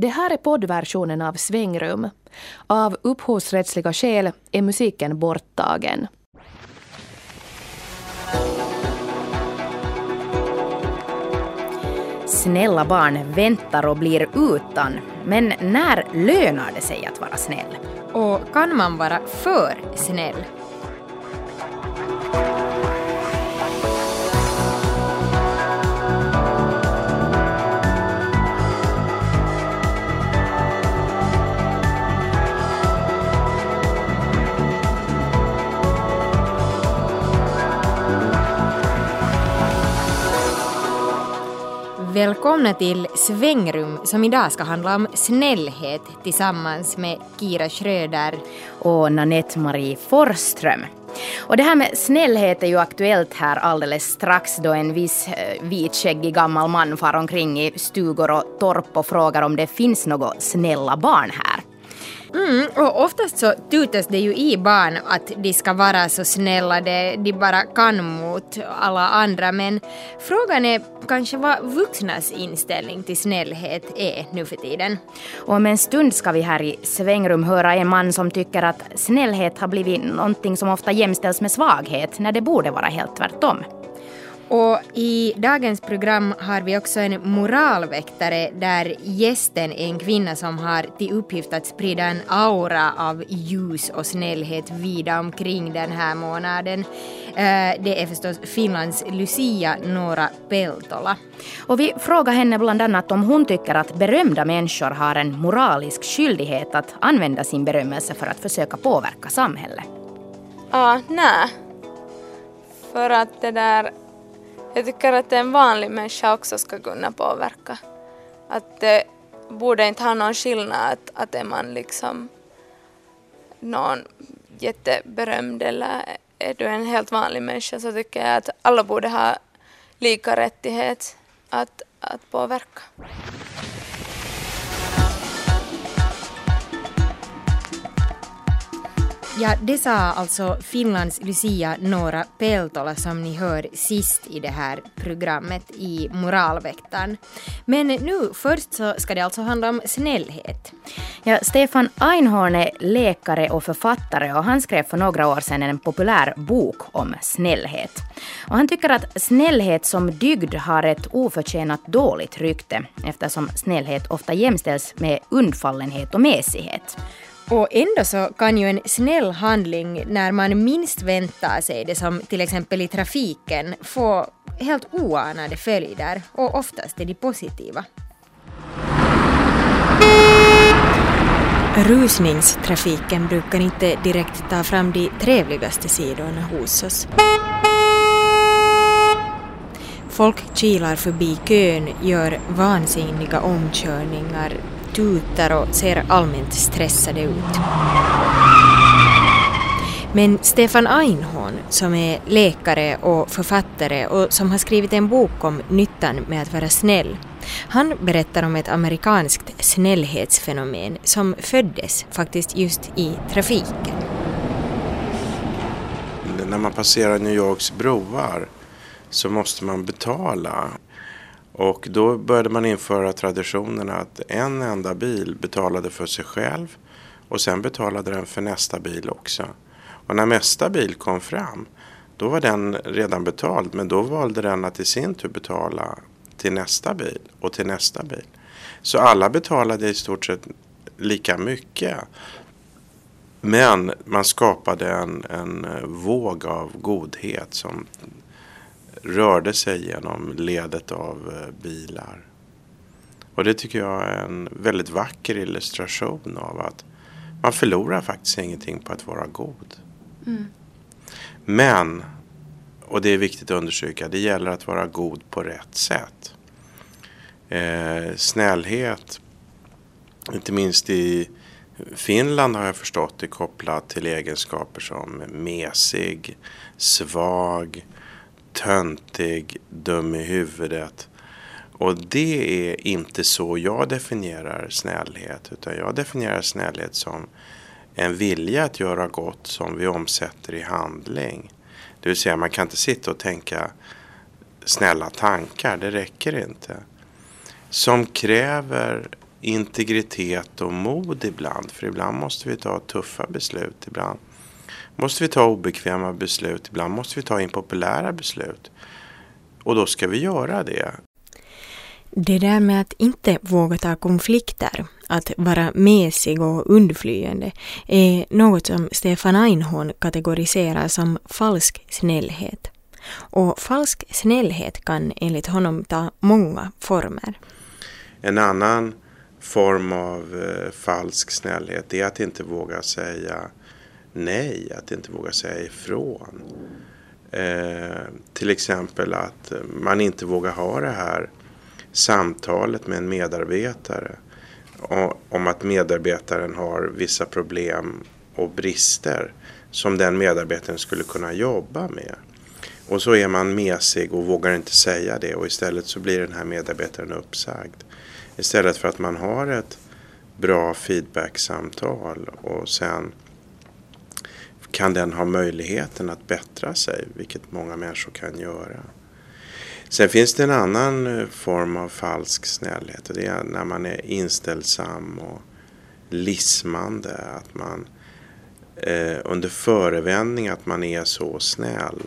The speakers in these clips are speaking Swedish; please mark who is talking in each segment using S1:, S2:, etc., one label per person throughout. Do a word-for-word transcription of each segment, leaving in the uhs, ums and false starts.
S1: Det här är poddversionen av Svängrum. Av upphovsrättsliga skäl är musiken borttagen.
S2: Snälla barn väntar och blir utan. Men när lönar det sig att vara snäll?
S3: Och kan man vara för snäll? Välkomna till Svängrum som idag ska handla om snällhet tillsammans med Kira Schröder
S2: och Nanette Marie Forsström. Och det här med snällhet är ju aktuellt här alldeles strax då en viss eh, vitskäggig gammal man far omkring i stugor och torp och frågar om det finns några snälla barn här.
S3: Mm, och oftast så tutas det ju i barn att de ska vara så snälla de, de bara kan mot alla andra. Men frågan är kanske vad vuxnas inställning till snällhet är nu för tiden.
S2: Och om en stund ska vi här i Svängrum höra en man som tycker att snällhet har blivit någonting som ofta jämställs med svaghet när det borde vara helt tvärtom.
S3: Och i dagens program har vi också en moralväktare där gästen är en kvinna som har till uppgift att sprida en aura av ljus och snällhet vida omkring den här månaden. Det är förstås Finlands Lucia Noora Peltola.
S2: Och vi frågar henne bland annat om hon tycker att berömda människor har en moralisk skyldighet att använda sin berömmelse för att försöka påverka samhället.
S4: Ja, nej. För att det där... Jag tycker att en vanlig människa också ska kunna påverka. Att det borde inte ha någon skillnad att, att är man liksom någon jätteberömd eller är du en helt vanlig människa, så tycker jag att alla borde ha lika rättighet att, att påverka.
S3: Ja, det sa alltså Finlands Lucia Noora Peltola som ni hör sist i det här programmet i Moralväktaren. Men nu först så ska det alltså handla om snällhet.
S2: Ja, Stefan Einhorn är läkare och författare och han skrev för några år sedan en populär bok om snällhet. Och han tycker att snällhet som dygd har ett oförtjänat dåligt rykte eftersom snällhet ofta jämställs med undfallenhet och mesighet.
S3: Och ändå så kan ju en snäll handling när man minst väntar sig det, som till exempel i trafiken, få helt oanade följder, och oftast är de positiva. Rusningstrafiken brukar inte direkt ta fram de trevligaste sidorna hos oss. Folk kilar förbi kön, gör vansinniga omkörningar, tutar och ser allmänt stressade ut. Men Stefan Einhorn, som är läkare och författare och som har skrivit en bok om nyttan med att vara snäll, han berättar om ett amerikanskt snällhetsfenomen som föddes faktiskt just i trafiken.
S5: När man passerar New Yorks broar så måste man betala. Och då började man införa traditionen att en enda bil betalade för sig själv och sen betalade den för nästa bil också. Och när nästa bil kom fram, då var den redan betald, men då valde den att i sin tur betala till nästa bil och till nästa bil. Så alla betalade i stort sett lika mycket. Men man skapade en, en våg av godhet som rörde sig genom ledet av bilar. Och det tycker jag är en väldigt vacker illustration av att man förlorar faktiskt ingenting på att vara god. Mm. Men, och det är viktigt att undersöka, det gäller att vara god på rätt sätt. Eh, snällhet, inte minst i Finland har jag förstått det kopplat till egenskaper som mesig, svag, töntig, dum i huvudet. Och det är inte så jag definierar snällhet, utan jag definierar snällhet som en vilja att göra gott som vi omsätter i handling. Det vill säga, man kan inte sitta och tänka snälla tankar, det räcker inte. Som kräver integritet och mod ibland. För ibland måste vi ta tuffa beslut. Ibland måste vi ta obekväma beslut. Ibland måste vi ta impopulära beslut. Och då ska vi göra det.
S3: Det där med att inte våga ta konflikter, att vara mesig och undflyende, är något som Stefan Einhorn kategoriserar som falsk snällhet. Och falsk snällhet kan enligt honom ta många former.
S5: En annan form av eh, falsk snällhet är att inte våga säga nej, att inte våga säga ifrån. Eh, till exempel att man inte vågar ha det här samtalet med en medarbetare om att medarbetaren har vissa problem och brister som den medarbetaren skulle kunna jobba med. Och så är man mesig och vågar inte säga det, och istället så blir den här medarbetaren uppsagd. Istället för att man har ett bra feedbacksamtal och sen kan den ha möjligheten att bättra sig, vilket många människor kan göra. Sen finns det en annan form av falsk snällhet, och det är när man är inställsam och lismande. Att man eh, under förevändning att man är så snäll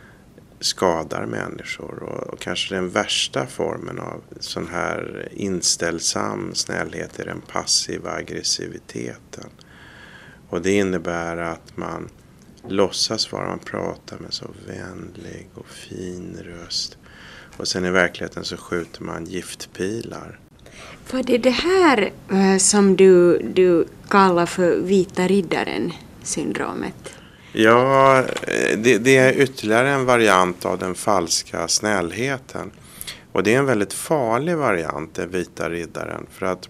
S5: skadar människor. Och, och kanske den värsta formen av sån här inställsam snällhet är den passiva aggressiviteten. Och det innebär att man låtsas vara, man pratar med så vänlig och fin röst. Och sen i verkligheten så skjuter man giftpilar.
S3: Vad är det här äh, som du, du kallar för vita riddaren-syndromet?
S5: Ja, det, det är ytterligare en variant av den falska snällheten. Och det är en väldigt farlig variant, den vita riddaren. För att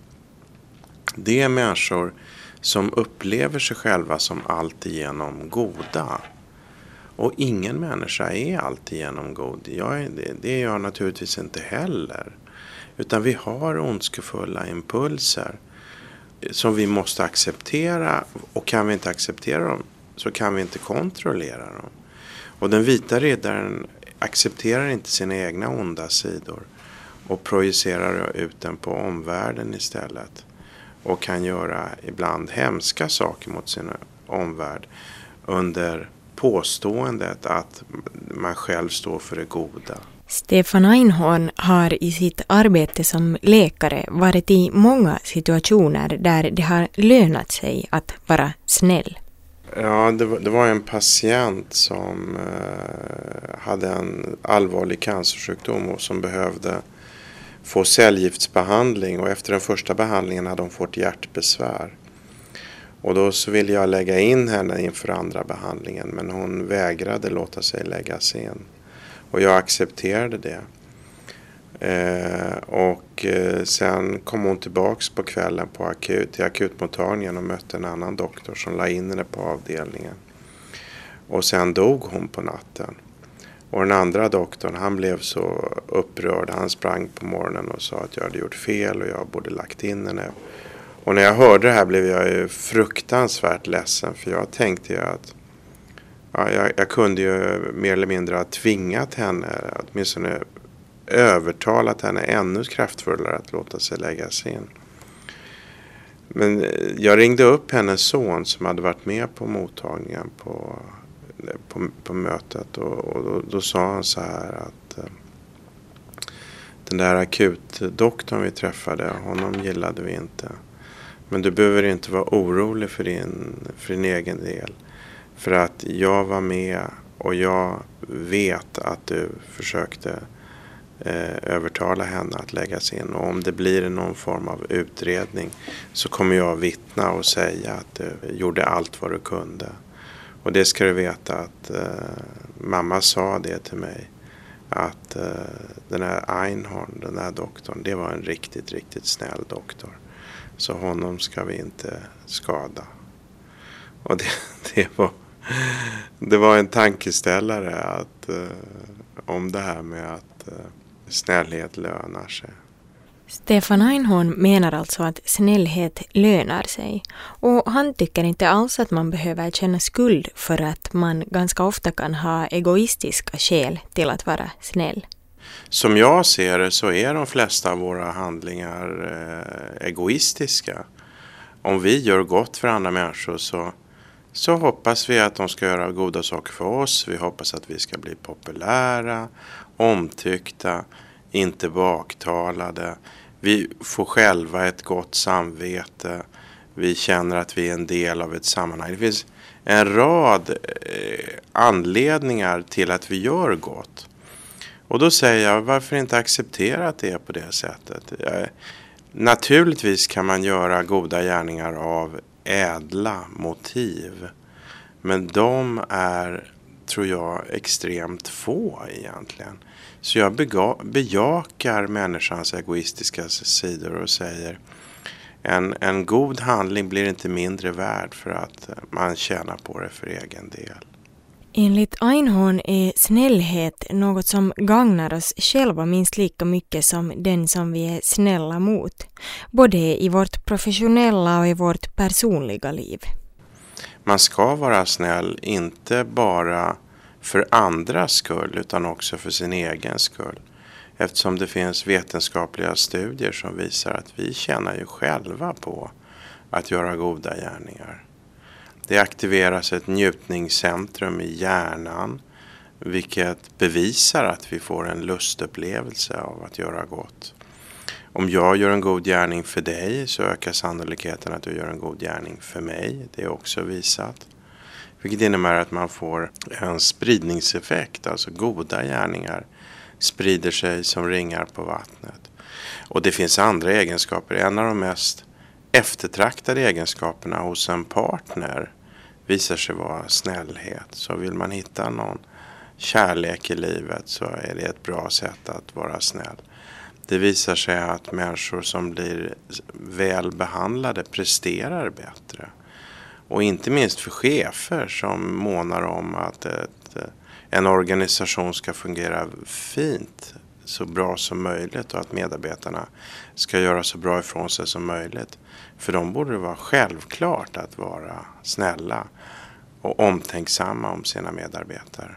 S5: det är människor som upplever sig själva som alltigenom goda. Och ingen människa är alltigenom god. Jag är det, det är jag naturligtvis inte heller. Utan vi har ondskefulla impulser som vi måste acceptera. Och kan vi inte acceptera dem så kan vi inte kontrollera dem. Och den vita riddaren accepterar inte sina egna onda sidor och projicerar ut den på omvärlden istället. Och kan göra ibland hemska saker mot sin omvärld under påståendet att man själv står för det goda.
S3: Stefan Einhorn har i sitt arbete som läkare varit i många situationer där det har lönat sig att vara snäll.
S5: Ja, det var, det var en patient som eh, hade en allvarlig cancersjukdom och som behövde få cellgiftsbehandling, och efter den första behandlingen hade hon fått hjärtbesvär. Och då så ville jag lägga in henne inför andra behandlingen, men hon vägrade låta sig läggas in. Och jag accepterade det. Eh, och eh, sen kom hon tillbaks på kvällen på akut, till akutmottagningen och mötte en annan doktor som la in henne på avdelningen. Och sen dog hon på natten. Och den andra doktorn, han blev så upprörd. Han sprang på morgonen och sa att jag hade gjort fel och jag borde lagt in henne. Och när jag hörde det här blev jag ju fruktansvärt ledsen. För jag tänkte ju att ja, jag, jag kunde ju mer eller mindre ha tvingat henne, åtminstone övertalat henne ännu kraftfullare att låta sig läggas in. Men jag ringde upp hennes son som hade varit med på mottagningen på, på, på mötet. Och, och då, då sa han så här att eh, den där akutdoktorn vi träffade, honom gillade vi inte. Men du behöver inte vara orolig för din, för din egen del. För att jag var med och jag vet att du försökte eh, övertala henne att läggas in. Och om det blir någon form av utredning så kommer jag vittna och säga att du gjorde allt vad du kunde. Och det ska du veta att eh, mamma sa det till mig. Att eh, den här Einhorn, den här doktorn, det var en riktigt, riktigt snäll doktor. Så honom ska vi inte skada. Och det, det, var, det var en tankeställare att, eh, om det här med att eh, snällhet lönar sig.
S3: Stefan Einhorn menar alltså att snällhet lönar sig. Och han tycker inte alls att man behöver känna skuld för att man ganska ofta kan ha egoistiska skäl till att vara snäll.
S5: Som jag ser det så är de flesta av våra handlingar eh, egoistiska. Om vi gör gott för andra människor så, så hoppas vi att de ska göra goda saker för oss. Vi hoppas att vi ska bli populära, omtyckta, inte baktalade. Vi får själva ett gott samvete. Vi känner att vi är en del av ett sammanhang. Det finns en rad eh, anledningar till att vi gör gott. Och då säger jag, varför inte acceptera att det är på det sättet? Jag, naturligtvis kan man göra goda gärningar av ädla motiv. Men de är, tror jag, extremt få egentligen. Så jag bega- bejakar människans egoistiska sidor och säger en, en god handling blir inte mindre värd för att man tjänar på det för egen del.
S6: Enligt Einhorn är snällhet något som gagnar oss själva minst lika mycket som den som vi är snälla mot. Både i vårt professionella och i vårt personliga liv.
S5: Man ska vara snäll inte bara för andras skull utan också för sin egen skull. Eftersom det finns vetenskapliga studier som visar att vi tjänar ju själva på att göra goda gärningar. Det aktiveras ett njutningscentrum i hjärnan vilket bevisar att vi får en lustupplevelse av att göra gott. Om jag gör en god gärning för dig så ökar sannolikheten att du gör en god gärning för mig. Det är också visat. Vilket innebär att man får en spridningseffekt, alltså goda gärningar sprider sig som ringar på vattnet. Och det finns andra egenskaper. En av de mest eftertraktade egenskaperna hos en partner visar sig vara snällhet. Så vill man hitta någon kärlek i livet så är det ett bra sätt att vara snäll. Det visar sig att människor som blir väl behandlade presterar bättre. Och inte minst för chefer som månar om att ett, en organisation ska fungera fint, så bra som möjligt och att medarbetarna ska göra så bra ifrån sig som möjligt. För de borde det vara självklart att vara snälla och omtänksamma om sina medarbetare.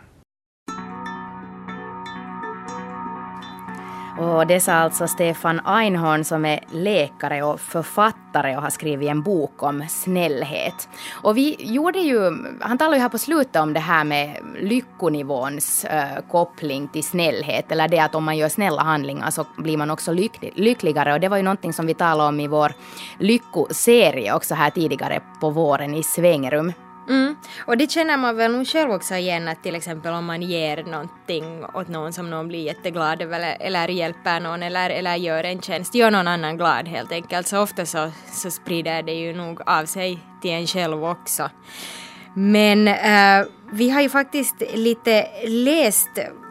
S2: Och det sa alltså Stefan Einhorn som är läkare och författare och har skrivit en bok om snällhet. Och vi gjorde ju, han talade ju här på slutet om det här med lyckonivåns äh, koppling till snällhet. Eller det att om man gör snälla handlingar så blir man också lycklig, lyckligare. Och det var ju någonting som vi talade om i vår lyckoserie också här tidigare på våren i Svängrum.
S3: Mm. Och det känner man väl nog själv också igen, att till exempel om man ger någonting åt någon som någon blir jätteglad eller, eller hjälper någon eller, eller gör en tjänst, gör någon annan glad helt enkelt, så ofta så, så sprider det ju nog av sig till en själv också. Men äh, vi har ju faktiskt lite läst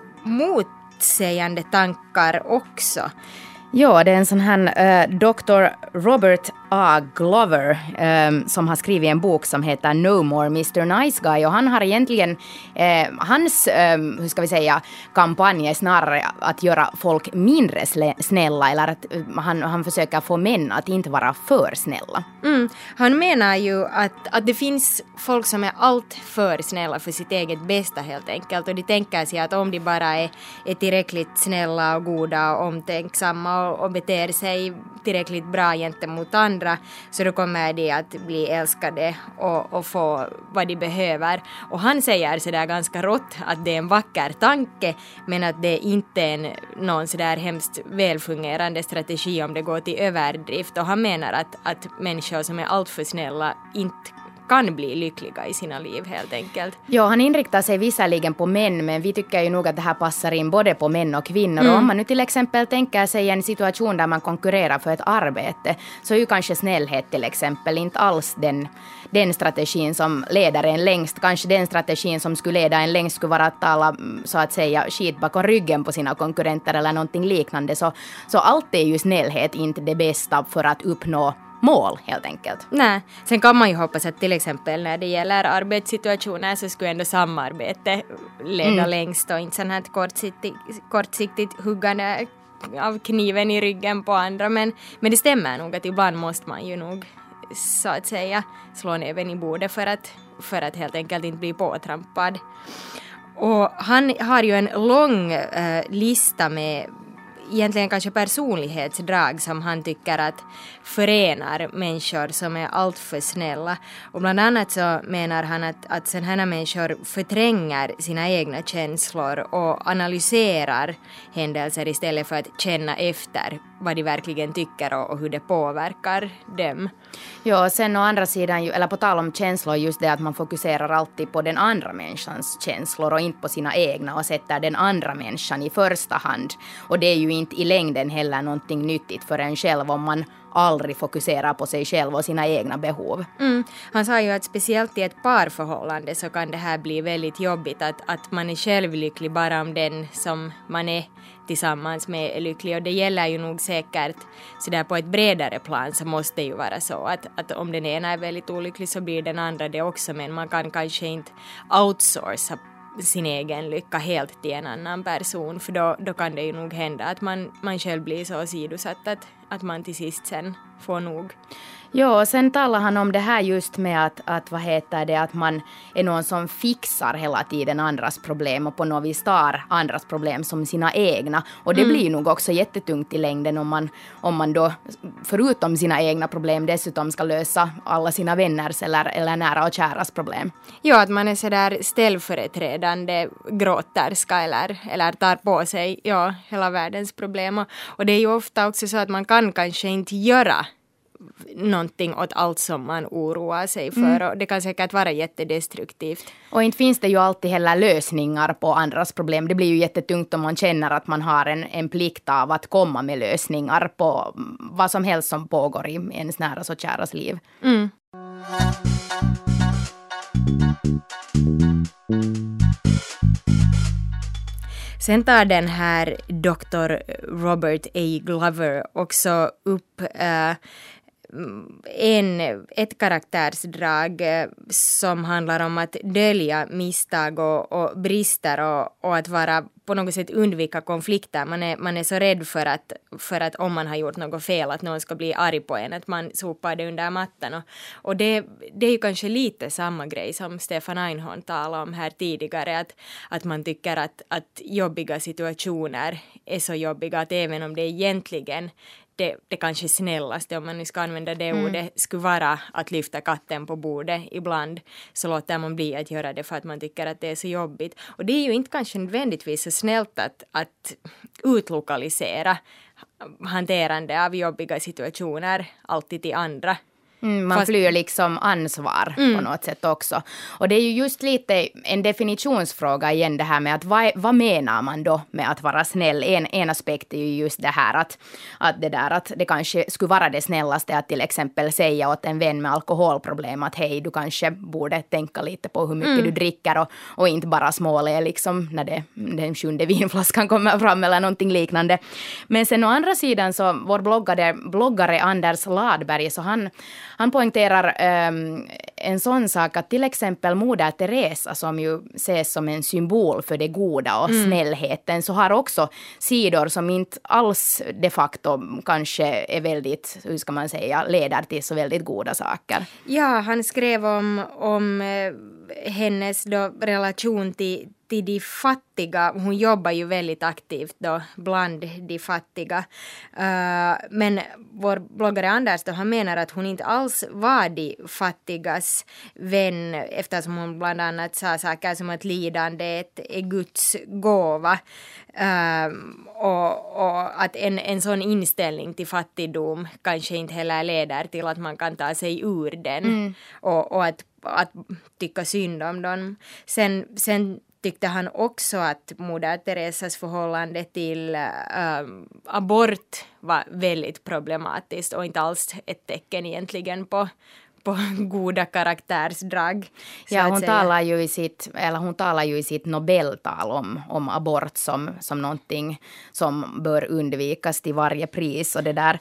S3: motsägande tankar också.
S2: Ja, det är en sån här uh, doktor Robert A. Glover um, som har skrivit en bok som heter No More mister Nice Guy, och han har egentligen uh, hans, um, hur ska vi säga, kampanj är snarare att göra folk mindre slä- snälla eller att uh, han, han försöker få män att inte vara för snälla.
S3: Mm. Han menar ju att, att det finns folk som är allt för snälla för sitt eget bästa helt enkelt, och de tänker sig att om de bara är, är tillräckligt snälla och goda och omtänksamma och, och beter sig tillräckligt bra gentemot andra, så då kommer de att bli älskade och, och få vad de behöver. Och han säger sådär ganska rått att det är en vacker tanke, men att det inte är en, någon sådär hemskt välfungerande strategi om det går till överdrift. Och han menar att, att människor som är alltför snälla inte kan bli lyckliga i sina liv helt enkelt.
S2: Ja, han inriktar sig visserligen på män, men vi tycker ju nog att det här passar in både på män och kvinnor. Mm. Och om man nu till exempel tänker sig en situation där man konkurrerar för ett arbete, så är ju kanske snällhet till exempel inte alls den, den strategin som leder en längst. Kanske den strategin som skulle leda en längst skulle vara att tala, så att säga, skit bakom ryggen på sina konkurrenter eller någonting liknande. Så, så allt är ju snällhet inte det bästa för att uppnå mål helt enkelt.
S3: Nej, sen kan man ju hoppas att till exempel när det gäller arbetssituationer så skulle ändå samarbete leda mm. längst och inte sån här kortsiktigt, kortsiktigt huggande av kniven i ryggen på andra. Men, men det stämmer nog att ibland måste man ju nog så att säga slå näven i bordet för att, för att helt enkelt inte bli påtrampad. Och han har ju en lång äh, lista med egentligen kanske personlighetsdrag som han tycker att förenar människor som är alltför snälla. Och bland annat så menar han att, att sådana här människor förtränger sina egna känslor och analyserar händelser istället för att känna efter vad de verkligen tycker och, och hur det påverkar dem.
S2: Ja, sen å andra sidan, eller på tal om känslor, just det att man fokuserar alltid på den andra människans känslor och inte på sina egna och sätter den andra människan i första hand. Och det är ju inte i längden heller någonting nyttigt för en själv om man aldrig fokuserar på sig själv och sina egna behov.
S3: Mm. Han sa ju att speciellt i ett parförhållande så kan det här bli väldigt jobbigt att, att man är självlycklig bara om den som man är tillsammans med är lycklig. Och det gäller ju nog säkert så där på ett bredare plan så måste det ju vara så att, att om den ena är väldigt olycklig så blir den andra det också, men man kan kanske inte outsourca sin egen lycka helt till en annan person, för då, då kan det ju nog hända att man, man själv blir så sidosatt att, att man till sist sen får nog.
S2: Ja, och sen talar han om det här just med att, att vad heter det, att man är någon som fixar hela tiden andras problem och på något vis tar andras problem som sina egna. Och det mm. blir nog också jättetungt i längden om man, om man då förutom sina egna problem dessutom ska lösa alla sina vänners eller, eller nära och käras problem.
S3: Ja, att man är sådär ställföreträdande gråterska eller, eller tar på sig ja, hela världens problem. Och, och det är ju ofta också så att man kan kanske inte göra någonting åt allt som man oroar sig för mm. och det kan säkert vara jättedestruktivt.
S2: Och inte finns det ju alltid heller lösningar på andras problem. Det blir ju jättetungt om man känner att man har en, en plikt av att komma med lösningar på vad som helst som pågår i ens nära och käras liv.
S3: Mm. Sen tar den här doktor Robert A. Glover också upp äh, en, ett karaktärsdrag äh, som handlar om att dölja misstag och, och brister och, och att vara på något sätt undvika konflikter. Man är, man är så rädd för att, för att om man har gjort något fel att någon ska bli arg på en, att man sopar det under mattan. Och, och det, det är ju kanske lite samma grej som Stefan Einhorn talade om här tidigare, att, att man tycker att, att jobbiga situationer är så jobbiga att även om det egentligen Det, det kanske snällaste, om man nu ska använda det mm. ordet, skulle vara att lyfta katten på bordet ibland, så låter man bli att göra det för att man tycker att det är så jobbigt. Och det är ju inte kanske nödvändigtvis så snällt att, att utlokalisera hanterande av jobbiga situationer alltid till andra.
S2: Mm, man Fast... flyr liksom ansvar mm. på något sätt också. Och det är ju just lite en definitionsfråga igen det här med att vad, vad menar man då med att vara snäll? En, en aspekt är ju just det här att, att, det där, att det kanske skulle vara det snällaste att till exempel säga åt en vän med alkoholproblem att hej, du kanske borde tänka lite på hur mycket mm. du dricker och, och inte bara småle liksom när det, den sjunde vinflaskan kommer fram eller någonting liknande. Men sen å andra sidan så vår bloggare, bloggare Anders Ladberg, så han Han poängterar um, en sån sak att till exempel Moder Teresa, som ju ses som en symbol för det goda och mm. snällheten, så har också sidor som inte alls de facto kanske är väldigt, hur ska man säga, leder till så väldigt goda saker.
S3: Ja, han skrev om, om eh, hennes då relation till till de fattiga. Hon jobbar ju väldigt aktivt då bland de fattiga. Uh, men vår bloggare Anders då, han menar att hon inte alls var de fattigas vän, eftersom hon bland annat sa saker som att lidandet är Guds gåva. Uh, och, och att en, en sån inställning till fattigdom kanske inte heller leder till att man kan ta sig ur den. Mm. Och, och att, att tycka synd om dem. Sen, sen tyckte han också att Moder Teresas förhållande till äh, abort var väldigt problematiskt och inte alls ett tecken egentligen på, på goda karaktärsdrag.
S2: Ja, hon talar ju i sitt, eller hon talar ju i sitt Nobeltal om, om abort som, som någonting som bör undvikas till varje pris och det där.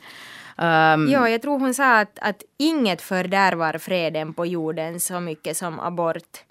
S2: Um,
S3: ja, jag tror hon sa att, att inget fördärvar freden på jorden så mycket som abort.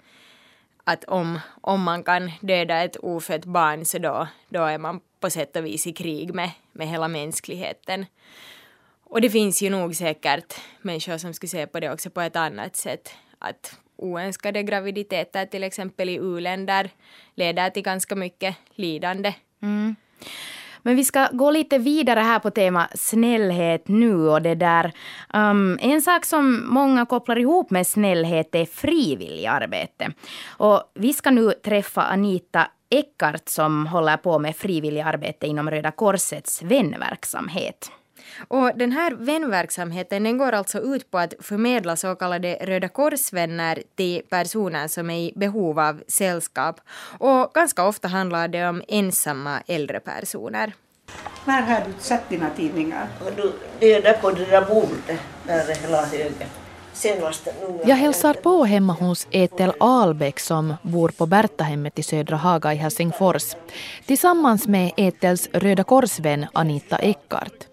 S3: Att om, om man kan döda ett ofött barn så då, då är man på sätt och vis i krig med, med hela mänskligheten. Och det finns ju nog säkert människor som skulle se på det också på ett annat sätt. Att oönskade graviditeter till exempel i u-länder leder till ganska mycket lidande.
S2: Mm. Men vi ska gå lite vidare här på tema snällhet nu och det där. Um, en sak som många kopplar ihop med snällhet är frivillig arbete. Och vi ska nu träffa Anita Eckart som håller på med frivillig arbete inom Röda Korsets vänverksamhet.
S3: Och den här vänverksamheten den går alltså ut på att förmedla så kallade Röda Korsvänner till personer som är i behov av sällskap. Och ganska ofta handlar det om ensamma äldre personer.
S7: Var har du satt dina tidningar?
S8: Det är där på det där bordet, där är hela högen.
S1: Jag hälsar på hemma hos Ethel Ahlbäck som bor på Bertahemmet i Södra Haga i Helsingfors. Tillsammans med Ethels Röda Korsvän Anita Eckart.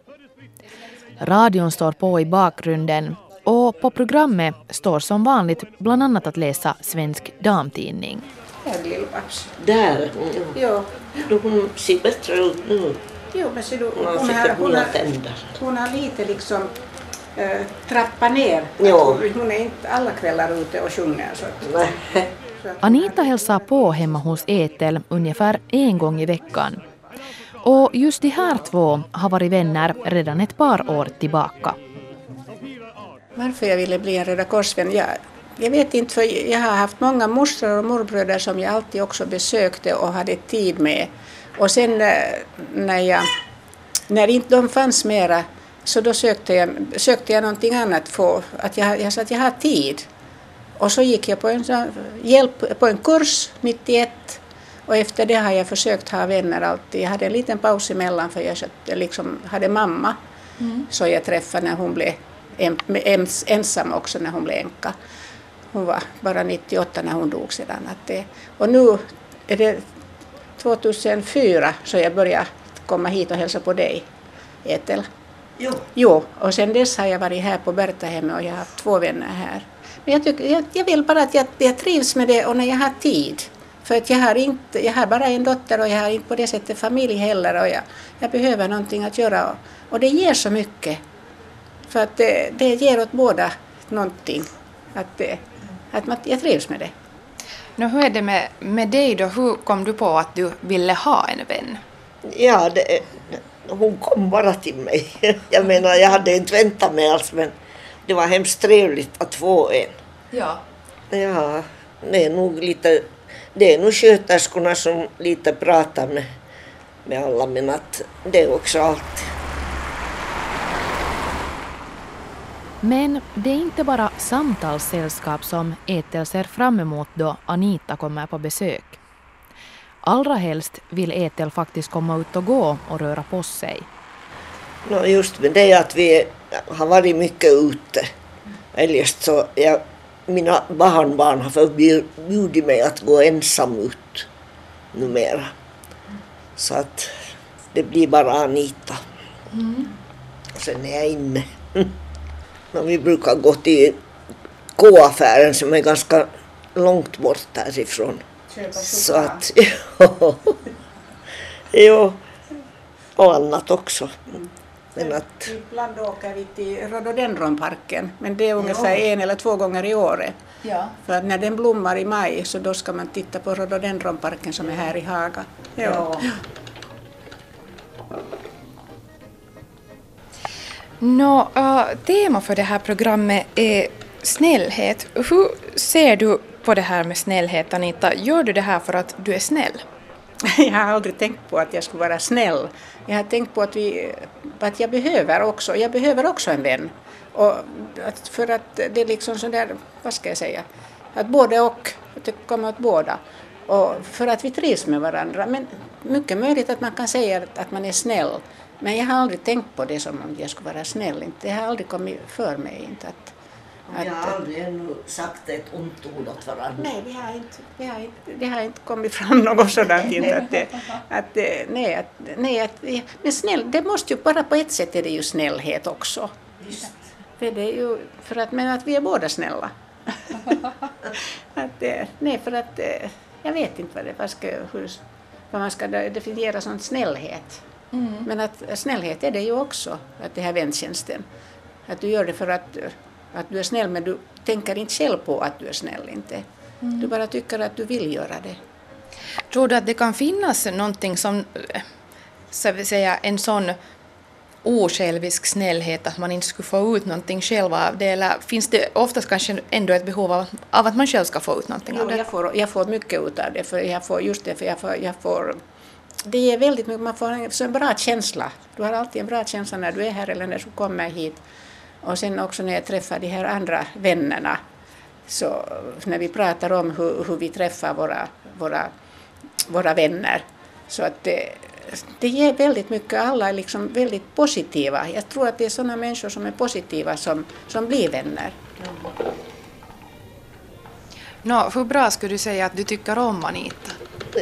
S1: Radion står på i bakgrunden och på programmet står som vanligt bland annat att läsa Svensk damtidning.
S7: Här Lill-Babs.
S8: Där?
S7: Jo.
S8: Då hon ser bättre ut nu.
S7: Jo, men ser du,
S8: Hon har
S7: hon, har,
S8: säkert
S7: hon,
S8: nya
S7: har,
S8: tänder.
S7: hon har lite liksom äh, trappat ner.
S8: Jo.
S7: Hon är inte alla kvällar ute och sjunger. Så att,
S8: Nej.
S7: så att
S1: Anita hälsar på hemma hos Ethel ungefär en gång i veckan. Och just de här två har varit vänner redan ett par år tillbaka.
S7: Varför jag ville bli en Röda Korsvän? Jag, jag vet inte, för jag har haft många mostrar och morbröder som jag alltid också besökte och hade tid med. Och sen när, jag, när inte de fanns mera så då sökte jag, sökte jag någonting annat för att jag, jag sa att jag har tid. Och så gick jag på en, hjälp, på en kurs nittioett. Och efter det har jag försökt ha vänner alltid. Jag hade en liten paus emellan för jag liksom hade mamma. Mm. Så jag träffade när hon blev ens, ensam också när hon blev änka. Hon var bara nittioåtta när hon dog sedan. Att det, och nu är det tvåtusenfyra så jag började komma hit och hälsa på dig, Ethel.
S8: Jo.
S7: Jo, och sen dess har jag varit här på Bertahemmet och jag har haft två vänner här. Men jag, tycker, jag, jag vill bara att jag, jag trivs med det och när jag har tid. För att jag har, inte, jag har bara en dotter och jag har inte på det sättet familj heller och jag, jag behöver någonting att göra. Och, och det ger så mycket. För att det, det ger åt båda någonting. Att, det, att man, jag trivs med det.
S9: Nå, hur är det med, med dig då? Hur kom du på att du ville ha en vän?
S8: Ja, det, hon kom bara till mig. Jag menar, jag hade inte väntat mig alls men det var hemskt trevligt att få en.
S9: Ja.
S8: Ja, det är nog lite... Det är nog sköterskorna som lite pratar med, med alla, men att det är också allt.
S1: Men det är inte bara samtalssällskap som Ethel ser fram emot då Anita kommer på besök. Allra helst vill Ethel faktiskt komma ut och gå och röra på sig.
S8: No, just med det att vi har varit mycket ute. Eljest så jag, mina barnbarn har förbjudit mig att gå ensam ut numera. Så att det blir bara Anita. Mm. Och sen är jag inne. No, vi brukar gå till K-affären som är ganska långt bort härifrån. Så att, jo, jo, och annat också. Men att,
S7: ibland åker vi till Rhododendronparken, men det är ungefär jo. en eller två gånger i året. Ja. För att när den blommar i maj så då ska man titta på Rhododendronparken som är här i Haga. Jo. Ja.
S9: Nå, uh, tema för det här programmet är snällhet. Hur ser du på det här med snällhet, Anita? Gör du det här för att du är snäll?
S7: Jag har aldrig tänkt på att jag skulle vara snäll. Jag har tänkt på att, vi, att jag behöver också, jag behöver också en vän. Och att för att det är liksom sån där, vad ska jag säga, att både och, att det kommer åt båda. Och för att vi trivs med varandra. Men mycket möjligt att man kan säga att man är snäll. Men jag har aldrig tänkt på det som om jag skulle vara snäll. Det har aldrig kommit för mig. Inte att,
S8: vi har att, aldrig ännu sagt ett ont ord åt varandra.
S7: Nej, vi har inte, vi har inte, det har inte kommit fram något sådant. Inte, att det, att, nej, att, nej, att, men snäll, det måste ju bara på ett sätt är det ju snällhet också. Visst. För, det är ju, för att, men att vi är båda snälla. att, nej, för att jag vet inte vad, det, vad, ska, hur, vad man ska definiera som snällhet. Mm. Men att snällhet är det ju också, att det här väntjänsten. Att du gör det för att Att du är snäll men du tänker inte själv på att du är snäll inte. Mm. Du bara tycker att du vill göra det.
S9: Tror du att det kan finnas någonting som, så vill säga, en sån osjälvisk snällhet att man inte skulle få ut någonting själv av det, eller finns det oftast kanske ändå ett behov av, av att man själv ska få ut någonting
S7: jo,
S9: av det?
S7: Jag får, jag får mycket ut av det, för jag får just det, för jag får, jag får det ger väldigt mycket, man får en, så en bra känsla. Du har alltid en bra känsla när du är här eller när du kommer hit. Och sen också när jag träffar de här andra vännerna, så när vi pratar om hur, hur vi träffar våra, våra, våra vänner, så att det, det ger väldigt mycket, alla är liksom väldigt positiva. Jag tror att det är sådana människor som är positiva som, som blir vänner.
S9: Nå, hur bra skulle du säga att du tycker om Anita?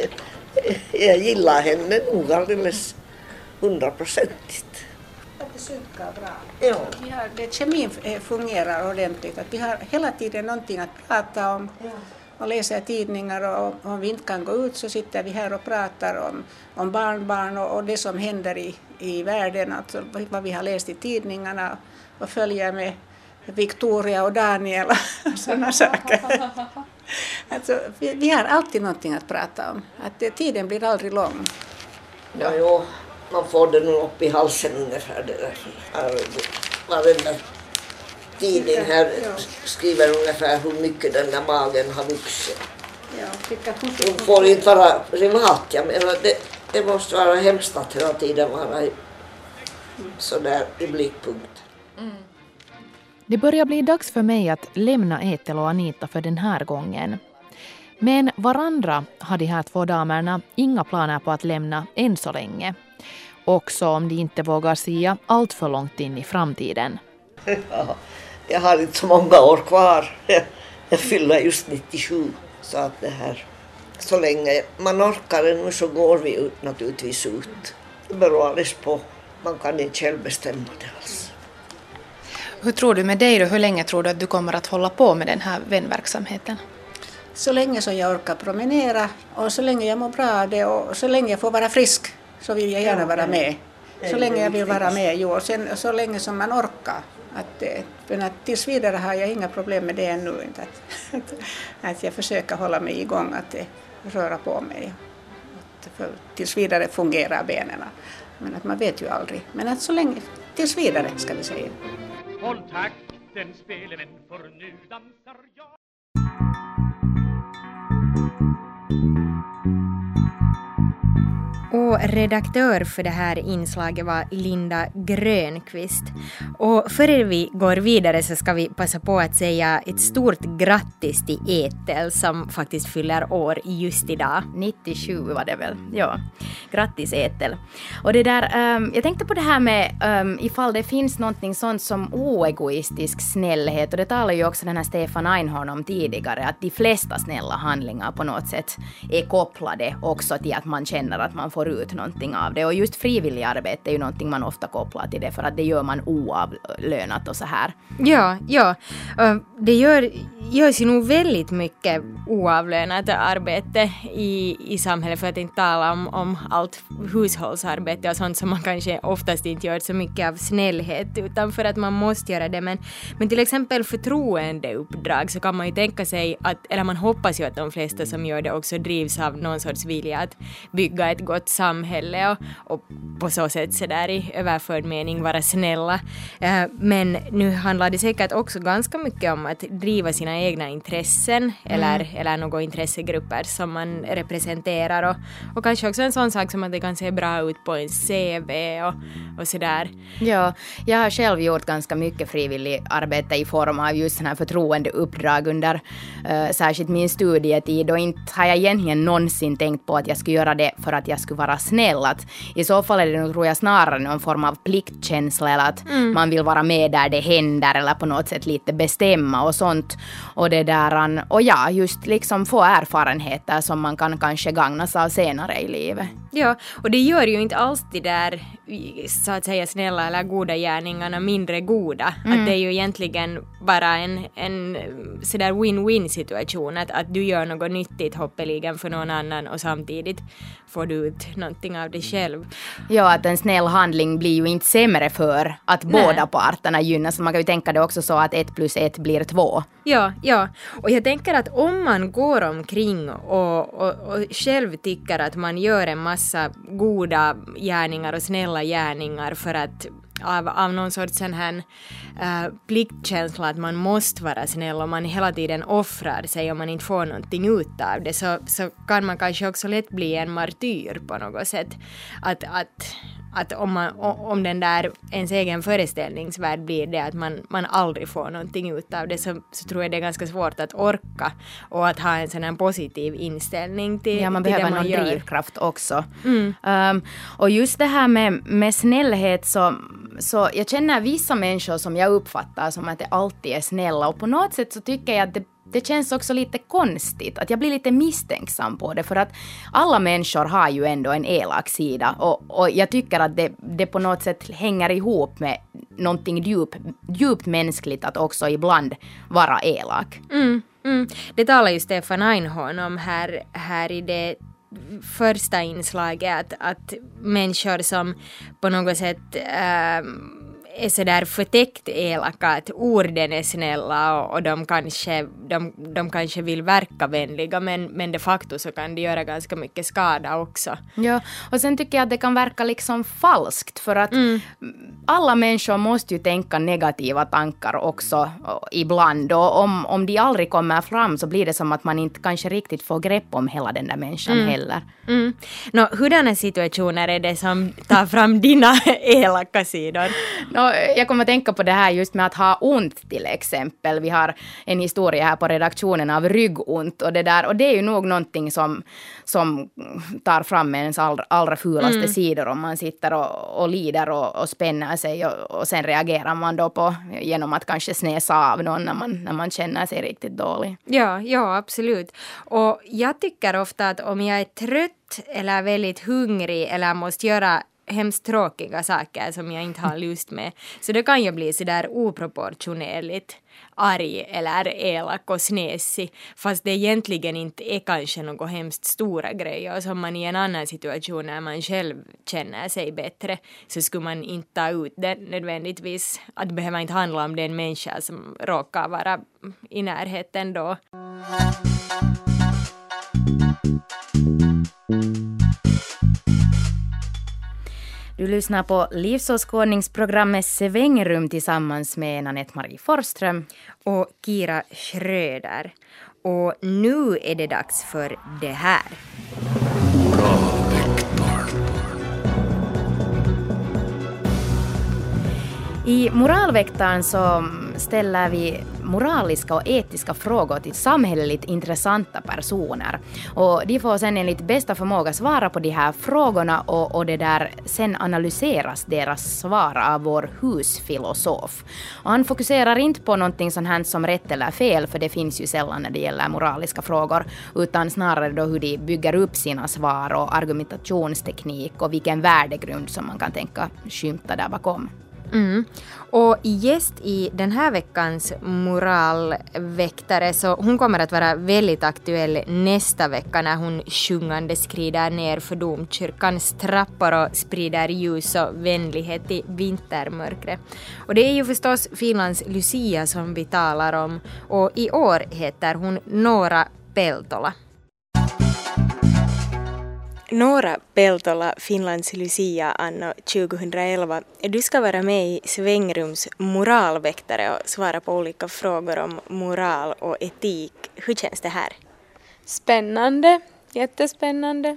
S8: Jag gillar henne nog alldeles hundraprocentigt.
S7: Att det synkar bra.
S8: Ja.
S7: Vi har, det, kemin fungerar ordentligt. Att vi har hela tiden någonting att prata om. Ja. Och läser tidningar, och om vi inte kan gå ut så sitter vi här och pratar om, om barnbarn och, och det som händer i, i världen, alltså vad vi har läst i tidningarna, och följer med Victoria och Daniel och sådana saker. Alltså, vi, vi har alltid någonting att prata om, att det, tiden blir aldrig lång.
S8: Ja, ja, man får det nog upp i halsen ungefär. Det där. Varenda tidning här skriver ungefär hur mycket den där magen har vuxit. Ja, de får inte vara privat, jag menar, det, det måste vara hemskt att hela tiden vara i, sådär i blickpunkt.
S1: Mm. Det börjar bli dags för mig att lämna Ethel och Anita för den här gången. Men varandra har de här två damerna inga planer på att lämna än så länge. Också om de inte vågar sia allt för långt in i framtiden.
S8: Ja, jag har inte så många år kvar. Jag fyller just nittiosju. Så att det här, så länge man orkar nu så går vi ut, naturligtvis ut. Det beror alldeles på. Man kan inte själv bestämma det alls.
S9: Hur tror du med dig då? Hur länge tror du att du kommer att hålla på med den här vänverksamheten?
S7: Så länge som jag orkar promenera, och så länge jag mår bra det, och så länge jag får vara frisk, så vill jag gärna vara med. Så länge jag vill vara med, jo, och sen, så länge som man orkar. Att, att tills vidare har jag inga problem med det ännu. Att, att, att jag försöker hålla mig igång, att röra på mig. Att för, tills vidare fungerar benen. Men att man vet ju aldrig. Men att så länge, tills vidare ska vi säga. Håll takten, spelevän, för nu dansar jag.
S3: Och redaktör för det här inslaget var Linda Grönqvist. Och före vi går vidare så ska vi passa på att säga ett stort grattis till Ethel som faktiskt fyller år just idag.
S2: nittiosju var det väl, ja. Grattis Ethel. Och det där, um, jag tänkte på det här med um, ifall det finns någonting sånt som oegoistisk snällhet. Och det talar ju också den här Stefan Einhorn om tidigare, att de flesta snälla handlingar på något sätt är kopplade också till att man känner att man får ut någonting av det. Och just frivillig arbete är ju någonting man ofta kopplar till det, för att det gör man oavlönat och så här.
S3: Ja, ja. Det gör, görs ju nog väldigt mycket oavlönat arbete i, i samhället, för att inte tala om, om allt hushållsarbete och sånt som man kanske oftast inte gör så mycket av snällhet, utan för att man måste göra det. Men, men till exempel förtroendeuppdrag så kan man ju tänka sig att, eller man hoppas ju att de flesta som gör det också drivs av någon sorts vilja att bygga ett gott samhälle och, och på så sätt så där i överförd mening vara snälla. Eh, men nu handlar det säkert också ganska mycket om att driva sina egna intressen mm. eller, eller några intressegrupper som man representerar, och, och kanske också en sån sak som att det kan se bra ut på en C V och, och sådär.
S2: Ja, jag har själv gjort ganska mycket frivillig arbete i form av just sån här förtroendeuppdrag under uh, särskilt min studietid, och inte har jag egentligen någonsin tänkt på att jag skulle göra det för att jag skulle vara snäll. Att i så fall är det nog, tror jag, snarare någon form av pliktkänsla, eller att mm. man vill vara med där det händer eller på något sätt lite bestämma och sånt. Och det där, och ja, just liksom få erfarenheter som man kan kanske gagnas av senare i livet.
S3: Ja, och det gör ju inte alls det där så att säga snälla eller goda gärningarna mindre goda.
S2: Mm.
S3: Att det är ju egentligen bara en, en sådär win-win situation. Att, att du gör något nyttigt hoppeligen för någon annan och samtidigt får du ut någonting av dig själv.
S2: Ja, att en snäll handling blir ju inte sämre för att
S3: Nej.
S2: båda parterna gynnas. Man kan ju tänka det också så att ett plus ett blir två.
S3: Ja, ja. Och jag tänker att om man går omkring och, och, och själv tycker att man gör en massa goda gärningar och snälla gärningar för att av, av någon sorts sån här uh, pliktkänsla att man måste vara snäll och man hela tiden offrar sig och man inte får någonting ut av det, så, så kan man kanske också lätt bli en martyr på något sätt. Att, att, att om, man, om den där ens egen föreställningsvärld blir det att man, man aldrig får någonting ut av det, så, så tror jag det är ganska svårt att orka och att ha en sån här positiv inställning till,
S2: ja, man
S3: till
S2: behöver
S3: det man
S2: någon
S3: gör.
S2: drivkraft också.
S3: Mm.
S2: Um, och just det här med, med snällhet, så, så jag känner vissa människor som jag uppfattar som att det alltid är snälla, och på något sätt så tycker jag att det Det känns också lite konstigt, att jag blir lite misstänksam på det, för att alla människor har ju ändå en elak sida, och, och jag tycker att det, det på något sätt hänger ihop med någonting djup, djupt mänskligt att också ibland vara elak.
S3: Mm, mm. Det talar ju Stefan Einhorn om här, här i det första inslaget, att, att människor som på något sätt äh, är så där förtäckt elaka, att orden är snälla och, och de, kanske, de, de kanske vill verka vänliga, men, men de facto så kan det göra ganska mycket skada också.
S2: Ja, och sen tycker jag att det kan verka liksom falskt, för att
S3: Mm.
S2: alla människor måste ju tänka negativa tankar också ibland, och om, om de aldrig kommer fram så blir det som att man inte kanske riktigt får grepp om hela den där människan
S3: Mm.
S2: heller.
S3: Mm. Nå, hurdana situationer är det som tar fram dina elaka sidor?
S2: No, jag kommer att tänka på det här just med att ha ont till exempel. Vi har en historia här på redaktionen av ryggont och det där, och det är ju nog någonting som, som tar fram ens allra, allra fulaste
S3: Mm.
S2: sidor om man sitter och, och lider och, och spänner sig, och, och sen reagerar man då på genom att kanske snäsa av någon när man, när man känner sig riktigt dålig.
S3: Ja, ja, absolut. Och jag tycker ofta att om jag är trött eller väldigt hungrig eller måste göra hemskt tråkiga saker som jag inte har lust med, så det kan ju bli så där oproportionerligt arg eller elak och snäsig, fast det egentligen inte är kanske något hemskt stora grejer som man i en annan situation när man själv känner sig bättre, så skulle man inte ta ut det nödvändigtvis. Att det behöver inte handla om den människa som råkar vara i närheten då.
S2: Du lyssnar på livsåskådningsprogrammet Svängrum tillsammans med Anette-Marie Forsström
S3: och Kira Schröder. Och nu är det dags för det här.
S2: I Moralväktaren så ställer vi moraliska och etiska frågor till samhälleligt intressanta personer. Och de får sen enligt bästa förmåga svara på de här frågorna, och, och det där sen analyseras deras svar av vår husfilosof. Och han fokuserar inte på någonting sånt här som rätt eller fel, för det finns ju sällan när det gäller moraliska frågor, utan snarare då hur de bygger upp sina svar och argumentationsteknik och vilken värdegrund som man kan tänka skymta där bakom.
S3: Mm. Och gäst i den här veckans moralväktare, så hon kommer att vara väldigt aktuell nästa vecka när hon sjungande skrider ner för domkyrkans trappor och sprider ljus och vänlighet i vintermörkret. Och det är ju förstås Finlands Lucia som vi talar om, och i år heter hon Noora Peltola. Noora Peltola, Finlands Lucia anno tjugohundraelva. Du ska vara med i Svängrums moralväktare och svara på olika frågor om moral och etik. Hur känns det här?
S4: Spännande, jättespännande.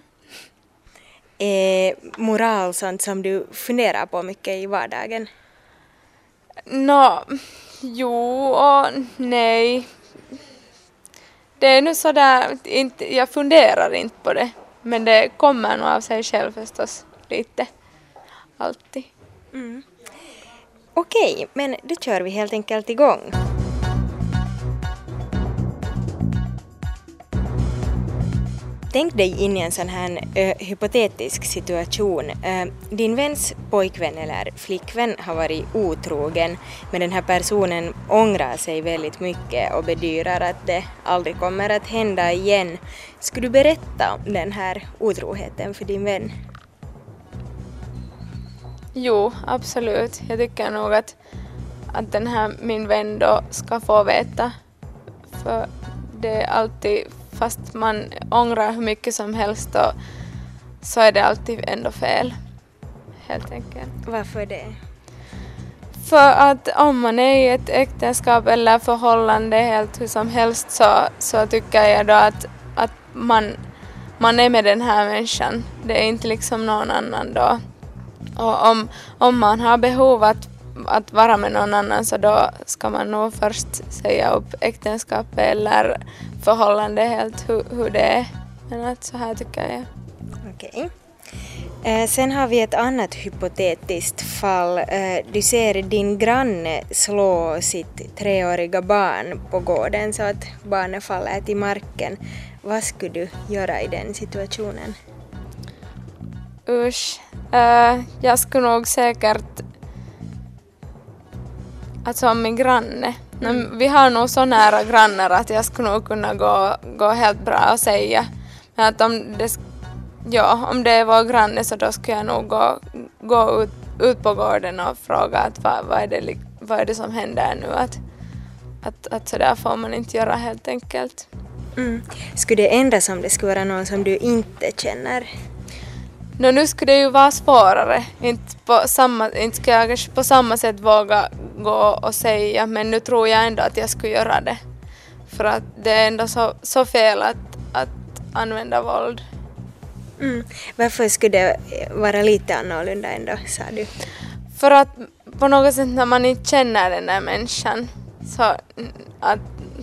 S3: Är moral sånt som du funderar på mycket i vardagen?
S4: Nå, jo och nej. Det är nu sådär, inte, jag funderar inte på det. Men det kommer nog av sig själv förstås lite. Alltid.
S3: Mm. Okej, men då kör vi helt enkelt igång.
S6: tänk dig in i en sån här ö, hypotetisk situation. Ö, din väns pojkvän eller flickvän har varit otrogen, men den här personen ångrar sig väldigt mycket och bedyrar att det aldrig kommer att hända igen. Skulle du berätta om den här otroheten för din vän?
S4: Jo, absolut. Jag tycker nog att, att den här min vän då ska få veta. För det är alltid, fast man ångrar hur mycket som helst då, så är det alltid ändå fel. Helt enkelt.
S6: Varför det?
S4: För att om man är i ett äktenskap eller förhållande helt hur som helst så, så tycker jag då att, att man, man är med den här människan. Det är inte liksom någon annan då. Och om, om man har behov att, att vara med någon annan så då ska man nog först säga upp äktenskapet eller förhållande helt hur, hur det är. Men att så här tycker jag.
S6: Okej. Eh, sen har vi ett annat hypotetiskt fall. Eh, du ser din granne slå sitt treåriga barn på gården så att barnet faller till marken. Vad skulle du göra i den situationen?
S4: Usch. Uh, jag skulle nog säkert, alltså om min granne, mm. vi har nog så nära grannar att jag skulle nog kunna gå, gå helt bra och säga. Men att om det, ja, om det är vår granne så då skulle jag nog gå, gå ut, ut på gården och fråga att vad, vad, är det, vad är det som händer nu. Att, att, att så där får man inte göra helt enkelt.
S6: Mm. Skulle det ändras om det skulle vara någon som du inte känner?
S4: No, nu skulle det ju vara svårare. Inte, på samma, inte skulle jag kanske på samma sätt våga gå och säga, men nu tror jag ändå att jag skulle göra det. För att det är ändå så, så fel att, att använda våld.
S6: Mm. Varför skulle det vara lite annorlunda ändå, sa du?
S4: För att på något sätt när man inte känner den där människan så att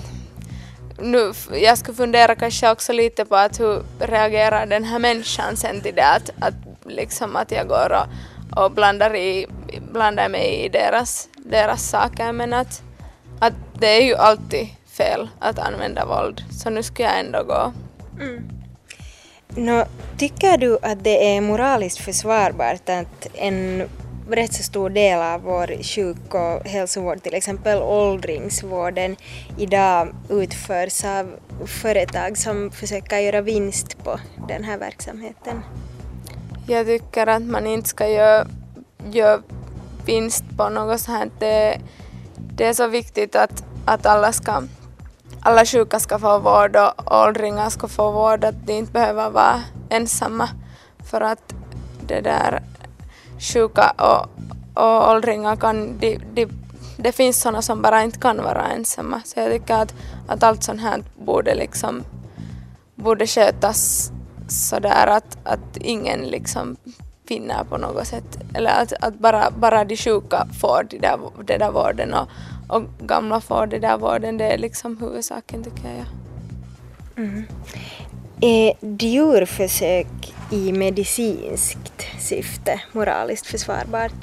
S4: nu, jag skulle fundera kanske också lite på att hur reagerar den här människan sen till det att, att, liksom att jag går och, och blandar, i, blandar mig i deras, deras saker, men att, att det är ju alltid fel att använda våld, så nu ska jag ändå gå.
S6: Mm. Nå, tycker du att det är moraliskt försvarbart att en rätt så stor del av vår sjuk- och hälsovård, till exempel åldringsvården, idag utförs av företag som försöker göra vinst på den här verksamheten?
S4: Jag tycker att man inte ska göra, göra vinst på något sånt. Det, det är så viktigt att, att alla, ska, alla sjuka ska få vård och åldringar ska få vård, att de inte behöver vara ensamma. För att det där sjuka och, och åldringar kan, de, de, det finns sådana som bara inte kan vara ensamma. Så jag tycker att, att allt sånt här borde, liksom, borde skötas sådär att, att ingen liksom finner på något sätt. Eller att, att bara, bara de sjuka får det där, det där vården och, och gamla får det där vården. Det är liksom huvudsaken, tycker jag.
S6: Mm. Är djurförsök i medicinskt syfte moraliskt försvarbart?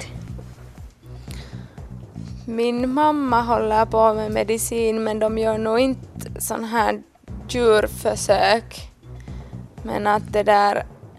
S4: Min mamma håller på med medicin, men de gör nog inte sån här djurförsök. Men att det där...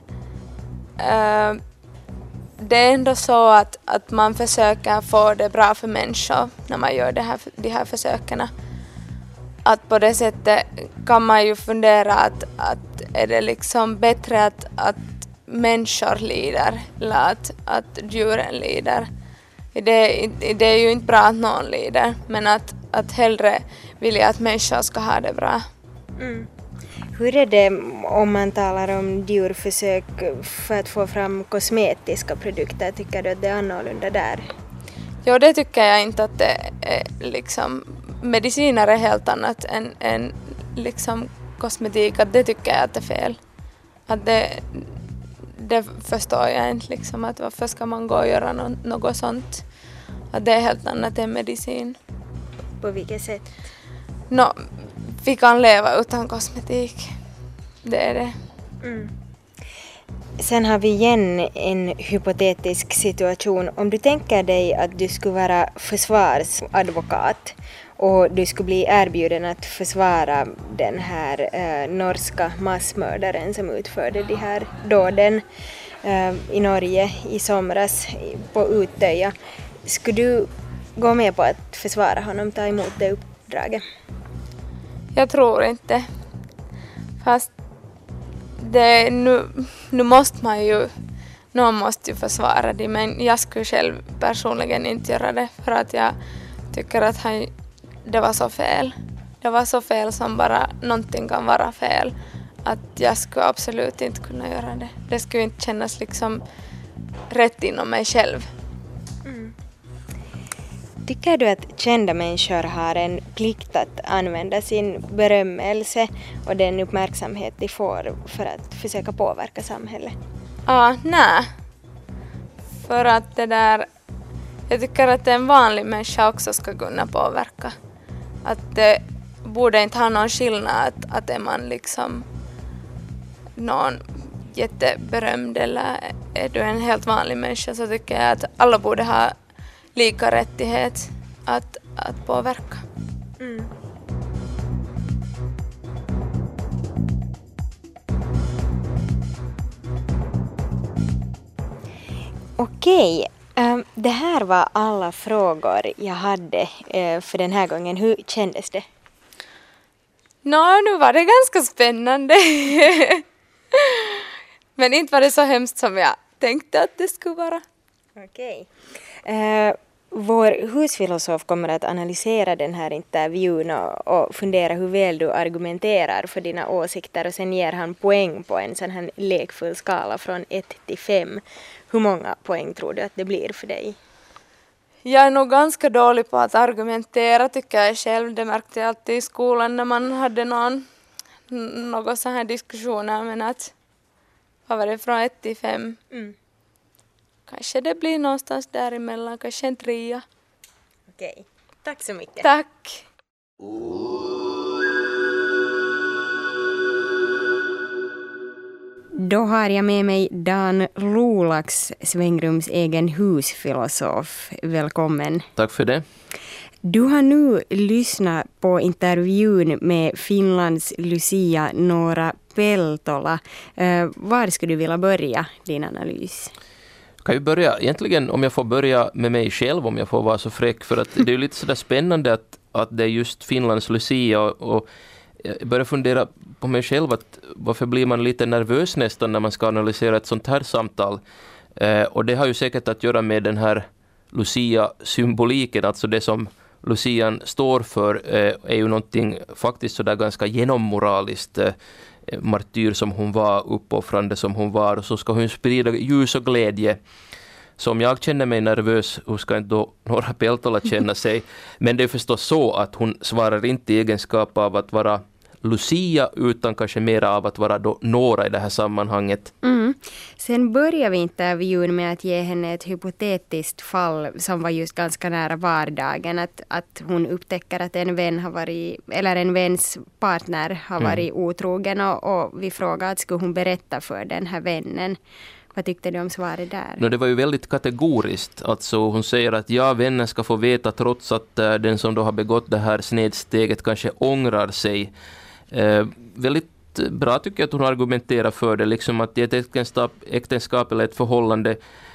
S4: Äh, det är ändå så att, att man försöker få det bra för människor när man gör det här, de här försöken. Att på det sättet kan man ju fundera att, att är det liksom bättre att, att människor lider eller att, att djuren lider. Det, det är ju inte bra att någon lider, men att, att hellre vill jag att människor ska ha det bra.
S6: Mm. Hur är det om man talar om djurförsök för att få fram kosmetiska produkter? Tycker du att det är annorlunda där?
S4: Jo, det tycker jag inte att det är liksom... Mediciner är helt annat än, än liksom kosmetik, att det tycker jag att det är fel. Att det, det förstår jag inte liksom, att varför ska man gå och göra no, något sånt. Att det är helt annat än medicin.
S6: På vilket sätt?
S4: No, vi kan leva utan kosmetik. Det är det.
S6: Mm. Sen har vi igen en hypotetisk situation. Om du tänker dig att du skulle vara försvarsadvokat
S3: och du skulle bli erbjuden att försvara den här eh, norska massmördaren som utförde de här dåden eh, i Norge i somras på Utöja. Skulle du gå med på att försvara honom, ta emot det uppdraget?
S4: Jag tror inte. Fast det, nu, nu måste man ju, någon måste ju försvara det, men jag skulle själv personligen inte göra det för att jag tycker att han, det var så fel. Det var så fel som bara någonting kan vara fel. Att jag skulle absolut inte kunna göra det. Det skulle inte kännas liksom rätt inom mig själv.
S3: Mm. Tycker du att kända människor har en plikt att använda sin berömmelse och den uppmärksamhet de får för att försöka påverka samhället?
S4: Ja, nej. För att det där, jag tycker att en vanlig människa också ska kunna påverka. Att det borde inte ha någon skillnad att, att är man liksom någon jätteberömd eller är du en helt vanlig människa, så tycker jag att alla borde ha lika rättighet att, att påverka.
S3: Mm. Okej, um, det här var alla frågor jag hade uh, för den här gången. Hur kändes det?
S4: Nå, nu var det ganska spännande. Men inte var det så hemskt som jag tänkte att det skulle vara.
S3: Okej. Uh, vår husfilosof kommer att analysera den här intervjun och, och fundera hur väl du argumenterar för dina åsikter, och sen ger han poäng på en sån här lekfull skala från ett till fem. Hur många poäng tror du att det blir för dig?
S4: Jag är nog ganska dålig på att argumentera, tycker jag själv. Det märkte jag alltid i skolan när man hade någon, någon sån här diskussioner. Men att, vad var det, från ett till fem?
S3: Mm.
S4: Kanske det blir någonstans däremellan, kanske en trea.
S3: Okej, tack så mycket.
S4: Tack.
S3: Då har jag med mig Dan Lolax, Svängrums egen husfilosof. Välkommen.
S10: Tack för det.
S3: Du har nu lyssnat på intervjun med Finlands Lucia Noora Peltola. Uh, var skulle du vilja börja din analys?
S10: Kan ju börja, egentligen om jag får börja med mig själv, om jag får vara så fräck, för att det är lite sådär spännande att, att det är just Finlands Lucia, och, och jag börjar fundera på mig själv att varför blir man lite nervös nästan när man ska analysera ett sånt här samtal. Eh, och det har ju säkert att göra med den här Lucia-symboliken, alltså det som Lucian står för eh, är ju någonting faktiskt sådär ganska genommoraliskt. Eh, martyr som hon var, uppoffrande som hon var, och så ska hon sprida ljus och glädje. Så om jag känner mig nervös, hur ska inte då Noora Peltola känna sig? Men det är förstås så att hon svarar inte i egenskap av att vara Lucia, utan kanske mer av att vara då Noora i det här sammanhanget.
S3: Mm. Sen börjar vi intervjun med att ge henne ett hypotetiskt fall som var just ganska nära vardagen. Att, att hon upptäcker att en vän har varit, eller en väns partner har varit mm. otrogen, och, och vi frågar att skulle hon berätta för den här vännen. Vad tyckte du om svaret där?
S10: No, det var ju väldigt kategoriskt. Alltså hon säger att ja, vännen ska få veta trots att uh, den som då har begått det här snedsteget kanske ångrar sig. Uh, väldigt bra tycker jag att hon argumenterar för det. Liksom att i ett äktenskap, äktenskap eller ett förhållande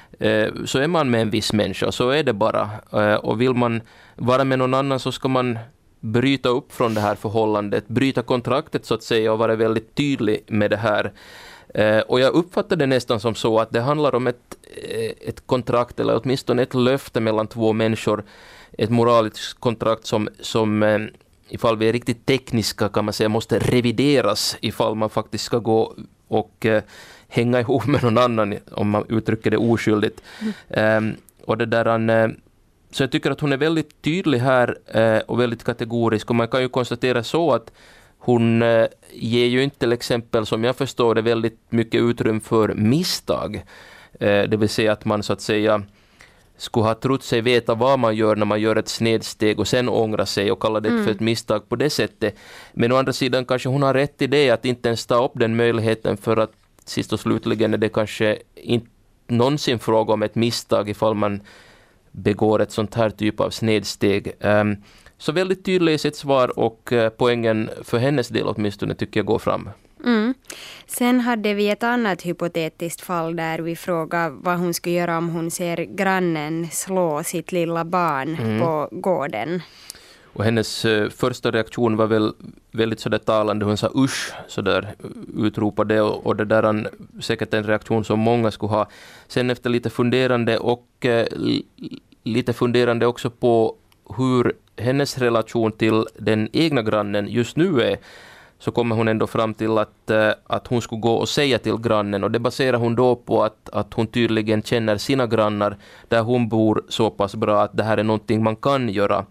S10: uh, så är man med en viss människa. Så är det bara. Uh, och vill man vara med någon annan så ska man bryta upp från det här förhållandet. Bryta kontraktet så att säga, och vara väldigt tydlig med det här. Uh, och jag uppfattar det nästan som så att det handlar om ett, ett kontrakt, eller åtminstone ett löfte mellan två människor. Ett moraliskt kontrakt som, som uh, ifall vi är riktigt tekniska kan man säga måste revideras ifall man faktiskt ska gå och uh, hänga ihop med någon annan, om man uttrycker det oskyldigt. Mm. Um, och det där han, uh, så jag tycker att hon är väldigt tydlig här uh, och väldigt kategorisk, och man kan ju konstatera så att hon eh, ger ju inte till exempel, som jag förstår det, väldigt mycket utrymme för misstag. Eh, det vill säga att man så att säga skulle ha trott sig veta vad man gör när man gör ett snedsteg och sen ångra sig och kalla det mm. för ett misstag på det sättet. Men å andra sidan kanske hon har rätt i det, att inte ens ta upp den möjligheten, för att sist och slutligen är det kanske inte någonsin fråga om ett misstag ifall man begår ett sånt här typ av snedsteg. Um, Så väldigt tydlig i sitt svar och poängen för hennes del åtminstone tycker jag går fram.
S3: Mm. Sen hade vi ett annat hypotetiskt fall där vi frågade vad hon skulle göra om hon ser grannen slå sitt lilla barn mm. på gården.
S10: Och hennes eh, första reaktion var väl väldigt sådär talande. Hon sa usch, sådär utropade och, och det där är säkert en reaktion som många skulle ha. Sen efter lite funderande och eh, lite funderande också på hur hennes relation till den egna grannen just nu är, så kommer hon ändå fram till att, att hon skulle gå och säga till grannen, och det baserar hon då på att, att hon tydligen känner sina grannar där hon bor så pass bra att det här är någonting man kan göra.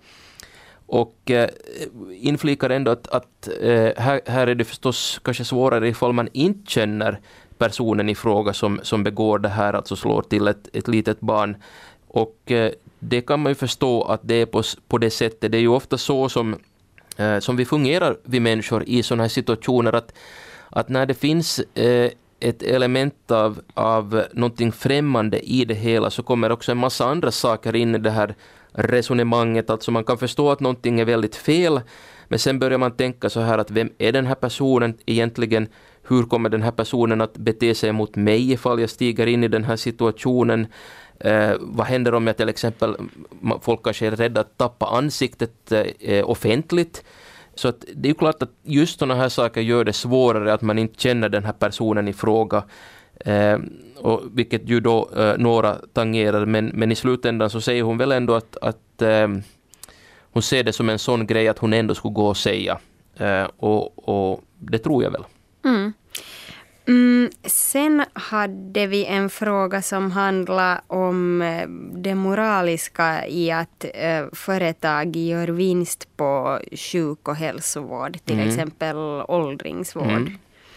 S10: Och eh, inflikar ändå att, att eh, här, här är det förstås kanske svårare ifall man inte känner personen i fråga som, som begår det här, alltså slår till ett, ett litet barn. Och eh, det kan man ju förstå att det är på, på det sättet. Det är ju ofta så som Eh, som vi fungerar vi människor i sådana här situationer, att, att när det finns eh, ett element av, av någonting främmande i det hela, så kommer också en massa andra saker in i det här resonemanget. Alltså man kan förstå att någonting är väldigt fel, men sen börjar man tänka så här att vem är den här personen egentligen? Hur kommer den här personen att bete sig mot mig ifall jag stiger in i den här situationen? Eh, vad händer om jag till exempel, folk kanske är rädda att tappa ansiktet eh, offentligt? Så att det är ju klart att just sådana här saker gör det svårare att man inte känner den här personen i fråga. Eh, och vilket ju då eh, några tangerar. Men, men i slutändan så säger hon väl ändå att, att eh, hon ser det som en sån grej att hon ändå skulle gå och säga. Eh, och, och det tror jag väl.
S3: Mm. Mm, sen hade vi en fråga som handlar om det moraliska i att eh, företag gör vinst på sjuk- och hälsovård, till mm. exempel åldringsvård. Mm.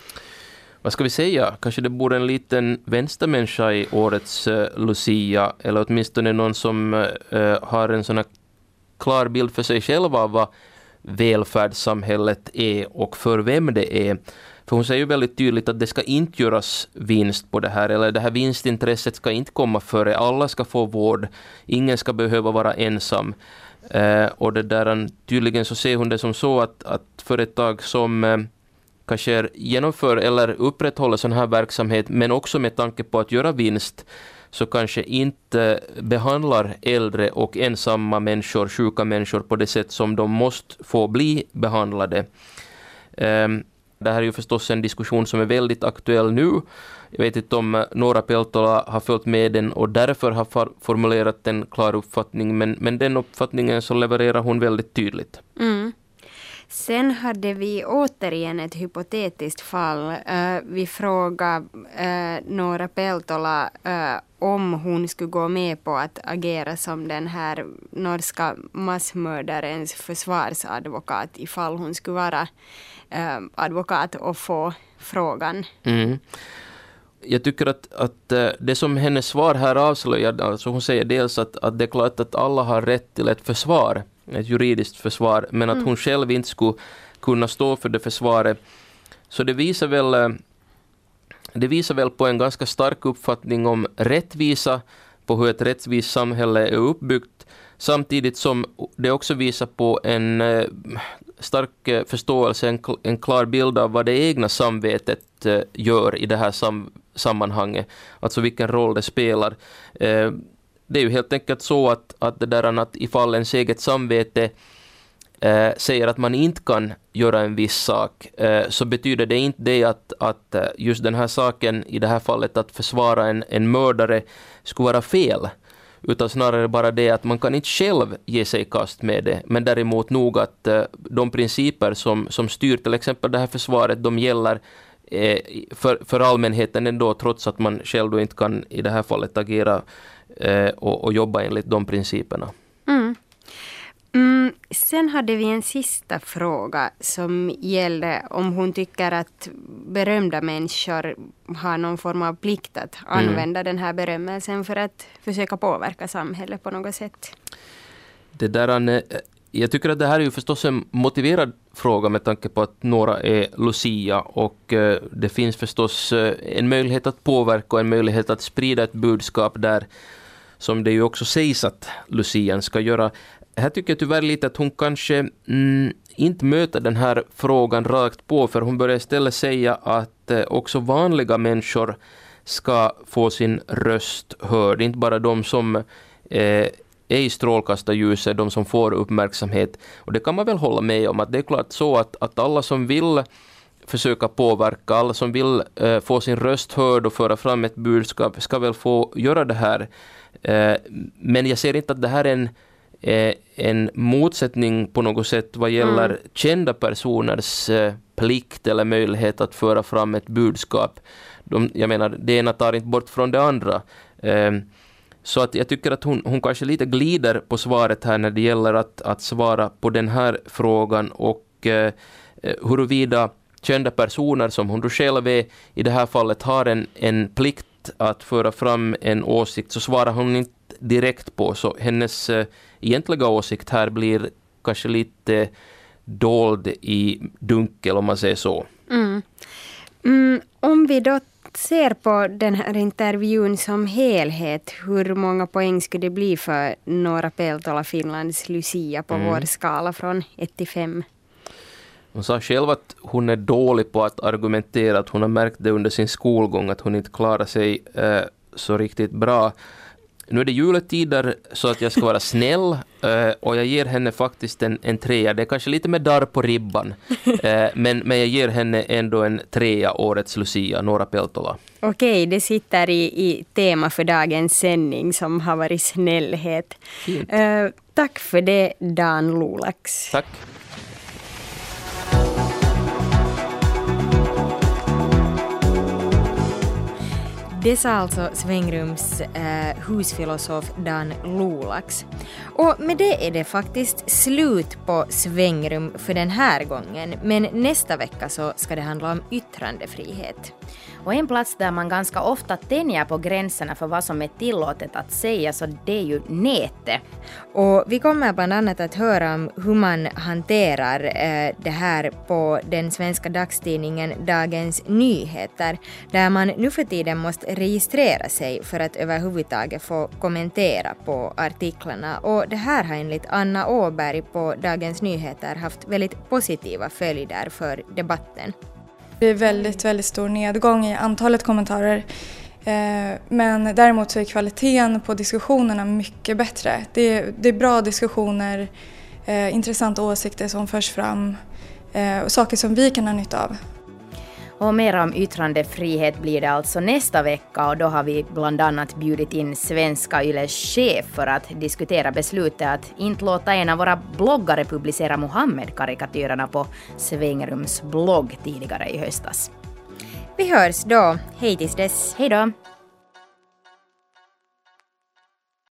S10: Vad ska vi säga? Kanske det bor en liten vänstermänniska i årets eh, Lucia, eller åtminstone någon som eh, har en sån här klar bild för sig själv av vad välfärdssamhället är och för vem det är. För hon säger ju väldigt tydligt att det ska inte göras vinst på det här, eller det här vinstintresset ska inte komma före. Alla ska få vård, ingen ska behöva vara ensam. Eh, och det där, tydligen så ser hon det som så att, att företag som eh, kanske genomför eller upprätthåller sån här verksamhet, men också med tanke på att göra vinst, så kanske inte behandlar äldre och ensamma människor, sjuka människor på det sätt som de måste få bli behandlade. Eh, Det här är ju förstås en diskussion som är väldigt aktuell nu. Jag vet inte om Noora Peltola har följt med den och därför har formulerat en klar uppfattning. Men, men den uppfattningen så levererar hon väldigt tydligt.
S3: Mm. Sen hade vi återigen ett hypotetiskt fall. Uh, vi frågade uh, Noora Peltola uh, om hon skulle gå med på att agera som den här norska massmördarens försvarsadvokat ifall hon skulle vara uh, advokat och få frågan.
S10: Mm. Jag tycker att, att det som hennes svar här avslöjar, alltså hon säger dels att, att det är klart att alla har rätt till ett försvar, ett juridiskt försvar, men att mm. hon själv inte skulle kunna stå för det försvaret. Så det visar väl det visar väl på en ganska stark uppfattning om rättvisa, på hur ett rättvist samhälle är uppbyggt, samtidigt som det också visar på en eh, stark eh, förståelse, en, en klar bild av vad det egna samvetet eh, gör i det här sam- sammanhanget, alltså vilken roll det spelar. Eh, det är ju helt enkelt så att, att det där att ifall ens eget samvete eh, säger att man inte kan göra en viss sak, eh, så betyder det inte det att, att just den här saken, i det här fallet att försvara en, en mördare, skulle vara fel. Utan snarare bara det att man kan inte själv ge sig i kast med det. Men däremot nog att eh, de principer som, som styr till exempel det här försvaret, de gäller eh, för, för allmänheten ändå, trots att man själv då inte kan i det här fallet agera eh, och, och jobba enligt de principerna.
S3: Mm. Mm, sen hade vi en sista fråga som gällde om hon tycker att berömda människor har någon form av plikt att använda mm. den här berömmelsen för att försöka påverka samhället på något sätt.
S10: Det där, jag tycker att det här är ju förstås en motiverad fråga med tanke på att några är Lucia, och det finns förstås en möjlighet att påverka och en möjlighet att sprida ett budskap där, som det ju också sägs att Lucian ska göra. här tycker jag tyvärr lite att hon kanske mm, inte möter den här frågan rakt på, för hon börjar istället säga att eh, också vanliga människor ska få sin röst hörd, inte bara de som eh, är i strålkastarljuset, de som får uppmärksamhet. Och det kan man väl hålla med om, att det är klart så att, att alla som vill försöka påverka, alla som vill eh, få sin röst hörd och föra fram ett budskap ska väl få göra det här. Eh, men jag ser inte att det här är en, eh, en motsättning på något sätt vad gäller mm. kända personers eh, plikt eller möjlighet att föra fram ett budskap. De, jag menar, det ena tar inte bort från det andra. Eh, så att jag tycker att hon, hon kanske lite glider på svaret här när det gäller att, att svara på den här frågan, och eh, huruvida kända personer som hon då själv är i det här fallet har en, en plikt att föra fram en åsikt, så svarar hon inte direkt på. Så hennes eh, egentliga åsikt här blir kanske lite dold i dunkel, om man säger så.
S3: Mm. Mm, om vi då ser på den här intervjun som helhet, hur många poäng skulle det bli för Noora Peltola, Finlands Lucia, på mm. vår skala från ett till fem?
S10: Hon sa själv att hon är dålig på att argumentera, att hon har märkt det under sin skolgång, att hon inte klarar sig eh, så riktigt bra. Nu är det juletider så att jag ska vara snäll, eh, och jag ger henne faktiskt en, en trea. Det är kanske lite med darr på ribban, eh, men, men jag ger henne ändå en trea, årets Lucia, Noora Peltola.
S3: Okej, det sitter i, i tema för dagens sändning som har varit snällhet. Eh, tack för det, Dan Lulax.
S10: Tack.
S3: Det sa alltså Svängrums eh, husfilosof Dan Lulax. Och med det är det faktiskt slut på Svängrum för den här gången. Men nästa vecka så ska det handla om yttrandefrihet.
S2: Och en plats där man ganska ofta tänjer på gränserna för vad som är tillåtet att säga, så det är ju nätet.
S3: Och vi kommer bland annat att höra om hur man hanterar eh, det här på den svenska dagstidningen Dagens Nyheter, där man nu för tiden måste registrera sig för att överhuvudtaget få kommentera på artiklarna. Och det här har enligt Anna Åberg på Dagens Nyheter haft väldigt positiva följder för debatten.
S11: Det är väldigt, väldigt stor nedgång i antalet kommentarer. Eh, men däremot så är kvaliteten på diskussionerna mycket bättre. Det är, det är bra diskussioner, eh, intressanta åsikter som förs fram eh, och saker som vi kan ha nytta av.
S2: Och mer om yttrandefrihet blir det alltså nästa vecka, och då har vi bland annat bjudit in Svenska Yles chef för att diskutera beslutet att inte låta en av våra bloggare publicera Mohammed-karikatyrerna på Svängrums blogg tidigare i höstas.
S3: Vi hörs då. Hej tills dess.
S2: Hej då!